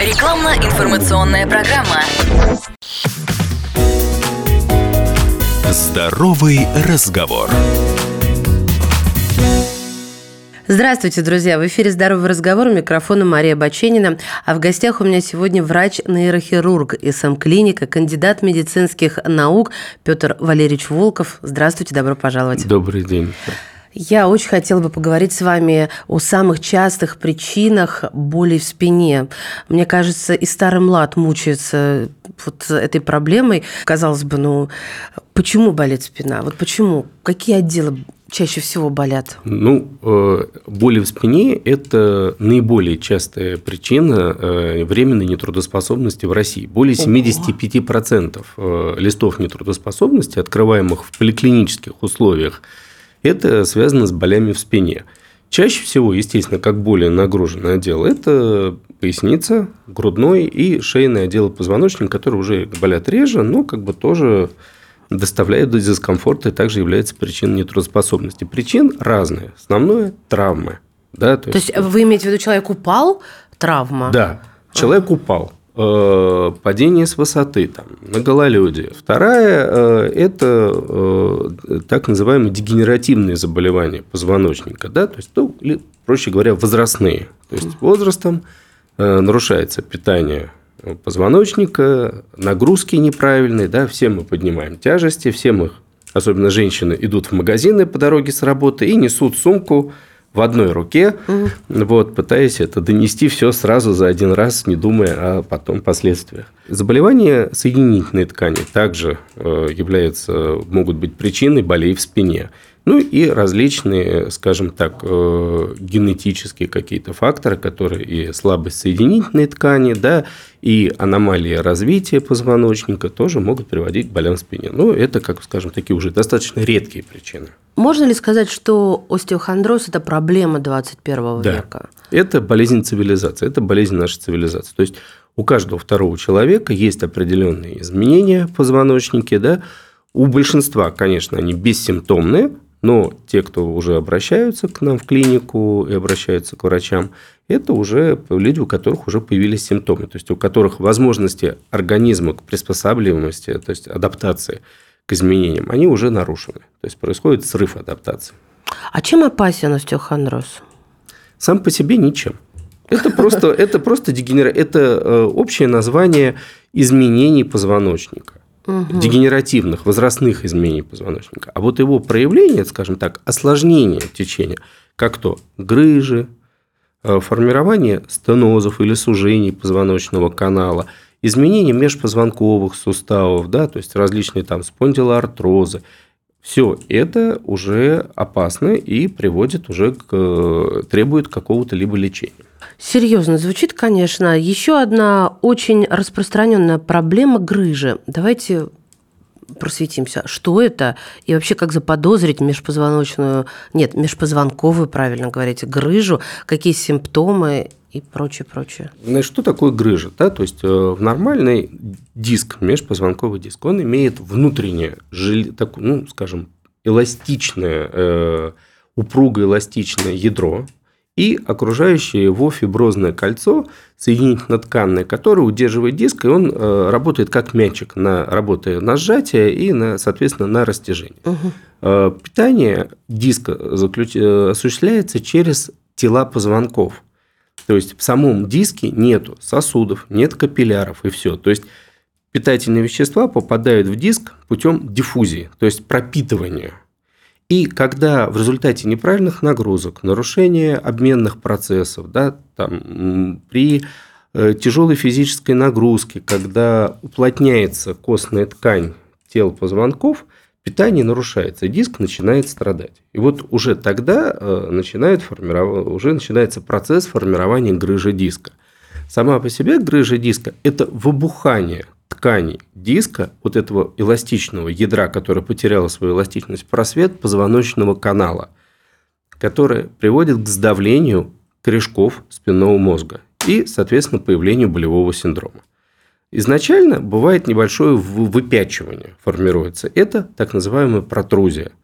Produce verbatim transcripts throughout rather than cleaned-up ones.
Рекламно-информационная программа. Здоровый разговор. Здравствуйте, друзья! В эфире «Здоровый разговор», у микрофона Мария Баченина. А в гостях у меня сегодня врач-нейрохирург эс эм-клиника, кандидат медицинских наук Петр Валерьевич Волков. Здравствуйте, добро пожаловать. Добрый день. Я очень хотела бы поговорить с вами о самых частых причинах боли в спине. Мне кажется, и старый млад мучается вот этой проблемой. Казалось бы, ну, почему болит спина? Вот почему? Какие отделы чаще всего болят? Ну, боли в спине – это наиболее частая причина временной нетрудоспособности в России. Более семьдесят пять процентов листов нетрудоспособности, открываемых в поликлинических условиях, это связано с болями в спине. Чаще всего, естественно, как более нагруженный отдел, это поясница, грудной и шейный отдел позвоночника, которые уже болят реже, но как бы тоже доставляют дискомфорт и также является причиной нетрудоспособности. Причин разные. Основное – травмы. Да, то, то есть, есть вы имеете в виду, человек упал, травма? Да, человек а. упал. Падение с высоты там, на гололеде. Вторая – это так называемые дегенеративные заболевания позвоночника. Да? То есть, ну, или, проще говоря, возрастные. То есть, возрастом нарушается питание позвоночника, нагрузки неправильные. Да? Все мы поднимаем тяжести, все мы, особенно женщины, идут в магазины по дороге с работы и несут сумку в одной руке, угу. вот, пытаясь это донести все сразу за один раз, не думая о потом последствиях. Заболевания соединительной ткани также являются, могут быть причиной болей в спине. Ну и различные, скажем так, генетические какие-то факторы, которые и слабость соединительной ткани, да, и аномалии развития позвоночника тоже могут приводить к болям в спине. Ну, это, как, скажем, такие уже достаточно редкие причины. Можно ли сказать, что остеохондроз – это проблема двадцать первого да. века? Это болезнь цивилизации, это болезнь нашей цивилизации. То есть, у каждого второго человека есть определенные изменения в позвоночнике, да. У большинства, конечно, они бессимптомные, но те, кто уже обращаются к нам в клинику и обращаются к врачам, это уже люди, у которых уже появились симптомы, то есть у которых возможности организма к приспосабливаемости, то есть адаптации к изменениям, они уже нарушены. То есть происходит срыв адаптации. А чем опасен остеохондроз? Сам по себе ничем. Это просто, это просто дегенера... это общее название изменений позвоночника. Угу. Дегенеративных, возрастных изменений позвоночника. А вот его проявление, скажем так, осложнение течения, как то грыжи, формирование стенозов или сужений позвоночного канала, изменение межпозвонковых суставов, да, то есть различные там спондилоартрозы, все это уже опасно и приводит уже к, требует какого-то либо лечения. Серьезно звучит, конечно. Еще одна очень распространенная проблема – грыжи. Давайте просветимся, что это и вообще как заподозрить межпозвоночную, нет, межпозвонковую, правильно говорить, грыжу, какие симптомы и прочее, прочее. Значит, что такое грыжа? Да? То есть, нормальный диск, межпозвонковый диск, он имеет внутреннее, такое, ну, скажем, эластичное, упругое эластичное ядро, и окружающее его фиброзное кольцо соединительно-тканное, которое удерживает диск, и он работает как мячик, на, работая на сжатие и, на, соответственно, на растяжение. Угу. Питание диска заключ... осуществляется через тела позвонков. То есть, в самом диске нет сосудов, нет капилляров и все. То есть, питательные вещества попадают в диск путем диффузии, то есть пропитывания. И когда в результате неправильных нагрузок, нарушения обменных процессов, да, там, при тяжелой физической нагрузке, когда уплотняется костная ткань тел позвонков, питание нарушается, и диск начинает страдать. И вот уже тогда начинает формиров... уже начинается процесс формирования грыжи диска. Сама по себе грыжа диска – это выбухание тканей диска, вот этого эластичного ядра, которое потеряло свою эластичность, просвет позвоночного канала, который приводит к сдавлению корешков спинного мозга и, соответственно, появлению болевого синдрома. Изначально бывает небольшое выпячивание, формируется. Это так называемая протрузия.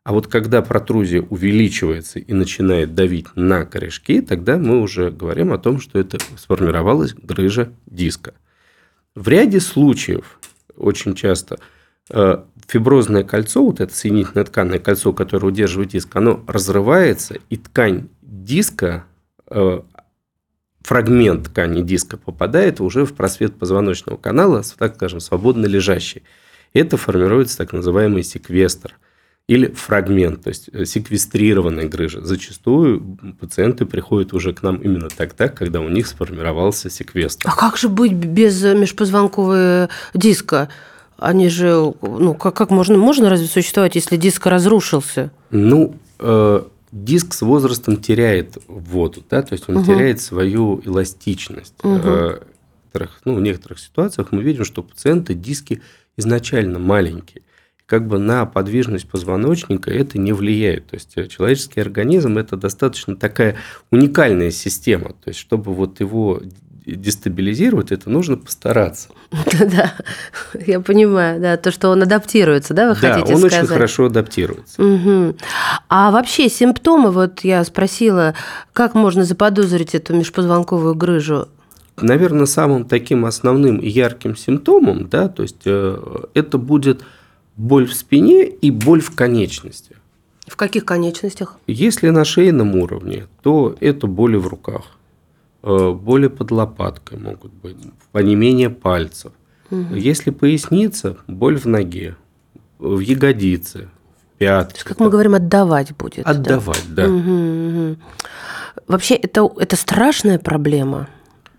А вот когда протрузия увеличивается и начинает давить на корешки, тогда мы уже говорим о том, что это сформировалась грыжа диска. В ряде случаев очень часто фиброзное кольцо, вот это соединительное тканное кольцо, которое удерживает диск, оно разрывается, и ткань диска, фрагмент ткани диска попадает уже в просвет позвоночного канала, так скажем, свободно лежащий. Это формируется так называемый секвестр или фрагмент, то есть секвестрированная грыжа. Зачастую пациенты приходят уже к нам именно тогда, когда у них сформировался секвестр. А как же быть без межпозвонкового диска? Они же, ну, как, как можно, можно разве существовать, если диск разрушился? Ну, э, диск с возрастом теряет воду, да, то есть он угу. теряет свою эластичность. Угу. Э, ну, в некоторых ситуациях мы видим, что у пациента диски изначально маленькие. Как бы на подвижность позвоночника это не влияет. То есть человеческий организм – это достаточно такая уникальная система. То есть чтобы вот его дестабилизировать, это нужно постараться. Да, я понимаю, да, то, что он адаптируется, да, вы да, хотите он сказать? очень хорошо адаптируется. Угу. А вообще симптомы, вот я спросила, как можно заподозрить эту межпозвонковую грыжу? Наверное, самым таким основным и ярким симптомом, да, то есть это будет боль в спине и боль в конечностях. В каких конечностях? Если на шейном уровне, то это боли в руках. Боли под лопаткой могут быть, онемение пальцев. Угу. Если поясница, боль в ноге, в ягодице, в пятке. Как мы говорим, отдавать будет. Отдавать, да. да. Угу, угу. Вообще, это, это страшная проблема?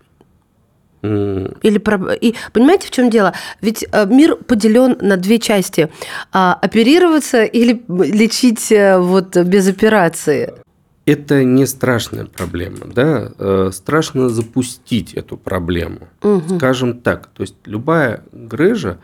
Mm. Или, и, понимаете, в чем дело? Ведь мир поделен на две части. Оперироваться или лечить вот без операции? Это не страшная проблема, да, страшно запустить эту проблему, угу. скажем так. То есть любая грыжа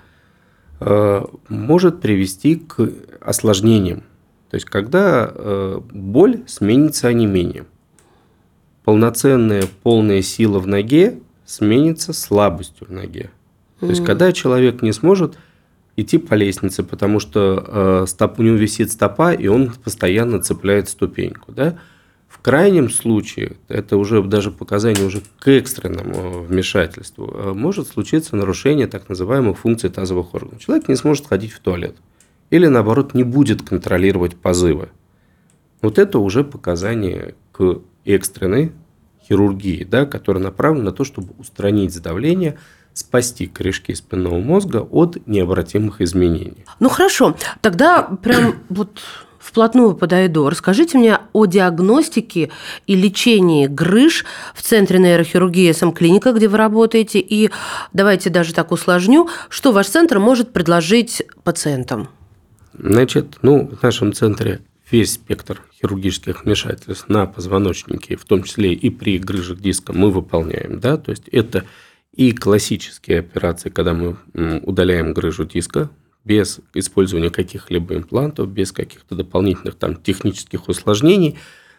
может привести к осложнениям. То есть когда боль сменится онемением, полноценная полная сила в ноге сменится слабостью в ноге. То есть когда человек не сможет идти по лестнице, потому что стоп, у него висит стопа, и он постоянно цепляет ступеньку, да. В крайнем случае, это уже даже показания уже к экстренному вмешательству, может случиться нарушение так называемых функций тазовых органов. Человек не сможет ходить в туалет или, наоборот, не будет контролировать позывы. Вот это уже показания к экстренной хирургии, да, которая направлена на то, чтобы устранить сдавление, спасти корешки спинного мозга от необратимых изменений. Ну хорошо, тогда прям вот... вплотную подойду. Расскажите мне о диагностике и лечении грыж в Центре нейрохирургии эс эм клиника, где вы работаете. И давайте даже так усложню, что ваш центр может предложить пациентам? Значит, ну, в нашем центре весь спектр хирургических вмешательств на позвоночнике, в том числе и при грыжах диска, мы выполняем. Да? То есть это и классические операции, когда мы удаляем грыжу диска, без использования каких-либо имплантов, без каких-то дополнительных там технических усложнений.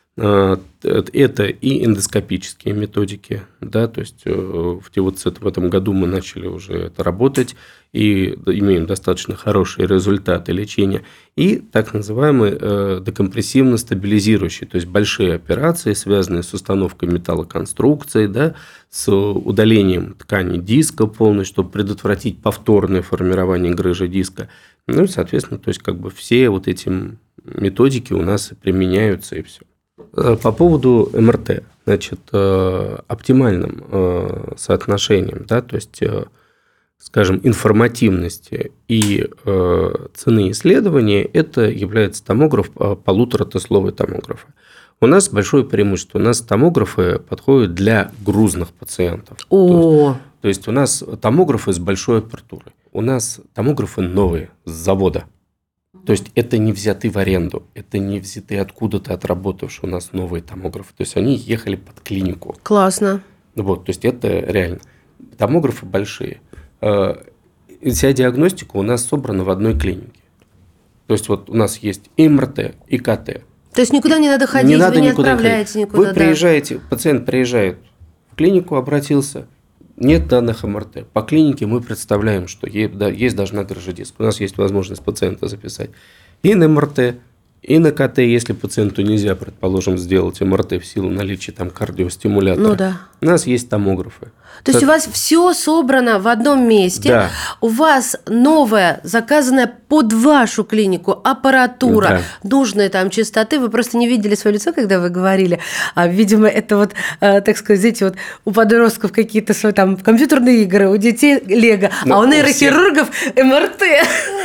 Это и эндоскопические методики, да, то есть в, вот в этом году мы начали уже это работать и имеем достаточно хорошие результаты лечения, и так называемые декомпрессивно-стабилизирующие, то есть большие операции, связанные с установкой металлоконструкции, да, с удалением ткани диска полностью, чтобы предотвратить повторное формирование грыжи диска. Ну и, соответственно, то есть как бы все вот эти методики у нас применяются, и все. По поводу эм эр тэ, значит, оптимальным соотношением, да, то есть, скажем, информативности и цены исследования, это является томограф, полуторатесловый томограф. У нас большое преимущество. У нас томографы подходят для грузных пациентов. О. То есть, то есть у нас томографы с большой апертурой. У нас томографы новые, с завода. То есть это не взятые в аренду, это не взятые откуда-то отработавшие у нас новые томографы. То есть они ехали под клинику. Классно. Вот, то есть это реально. Томографы большие. Вся диагностика у нас собрана в одной клинике. То есть вот у нас есть и эм эр тэ, и ка тэ. То есть никуда не надо ходить, не надо вы не никуда отправляете ходить. никуда. Вы приезжаете, пациент приезжает в клинику, обратился, нет данных эм эр тэ. По клинике мы представляем, что есть должна грыжа диска. У нас есть возможность пациента записать и на эм эр тэ, И на ка тэ, если пациенту нельзя, предположим, сделать эм эр тэ в силу наличия там кардиостимулятора, ну, да. у нас есть томографы. То есть у вас все собрано в одном месте, да. у вас новая, заказанная под вашу клинику аппаратура, да. нужной там частоты. Вы просто не видели свое лицо, когда вы говорили. А, видимо, это вот, а, так сказать, знаете, вот у подростков какие-то свои там компьютерные игры, у детей лего, а у нейрохирургов эм эр тэ.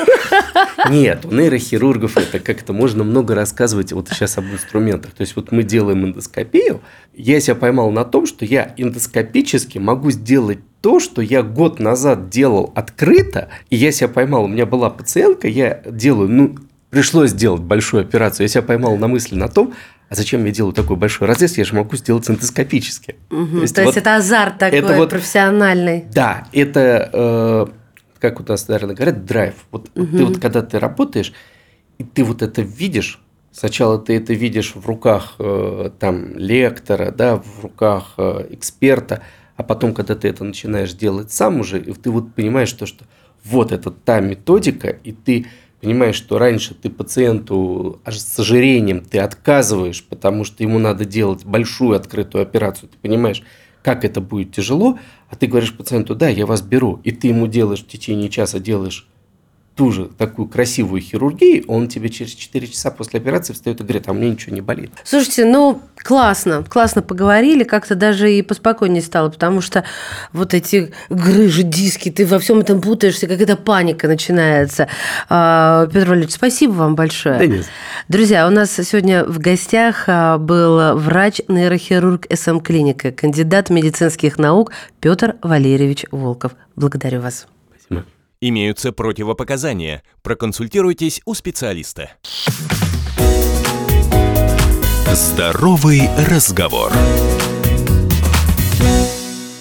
Нет, у нейрохирургов это как-то можно много рассказывать вот сейчас об инструментах. То есть вот мы делаем эндоскопию, я себя поймал на том, что я эндоскопически могу сделать то, что я год назад делал открыто, и я себя поймал, у меня была пациентка, я делаю, ну, пришлось сделать большую операцию, я себя поймал на мысли на том, а зачем я делаю такой большой разрез, я же могу сделать эндоскопически. Угу, то есть, то вот, есть это азарт такой это вот, профессиональный. Да, это, э, как у нас, наверное, говорят, драйв. Вот, угу. вот ты вот, когда ты работаешь, и ты вот это видишь, сначала ты это видишь в руках э, там, лектора, да, в руках э, эксперта, а потом, когда ты это начинаешь делать сам уже, и ты вот понимаешь, то, что вот это та методика, и ты понимаешь, что раньше ты пациенту аж с ожирением ты отказываешь, потому что ему надо делать большую открытую операцию, ты понимаешь, как это будет тяжело, а ты говоришь пациенту, да, я вас беру, и ты ему делаешь в течение часа, делаешь ту же такую красивую хирургию, он тебе через четыре часа после операции встает и говорит, а мне ничего не болит. Слушайте, ну, классно, классно поговорили, как-то даже и поспокойнее стало, потому что вот эти грыжи, диски, ты во всем этом путаешься, какая-то паника начинается. Петр Валерьевич, спасибо вам большое. Да нет. Друзья, у нас сегодня в гостях был врач-нейрохирург эс эм клиника, кандидат медицинских наук Петр Валерьевич Волков. Благодарю вас. Спасибо. Имеются противопоказания. Проконсультируйтесь у специалиста. Здоровый разговор.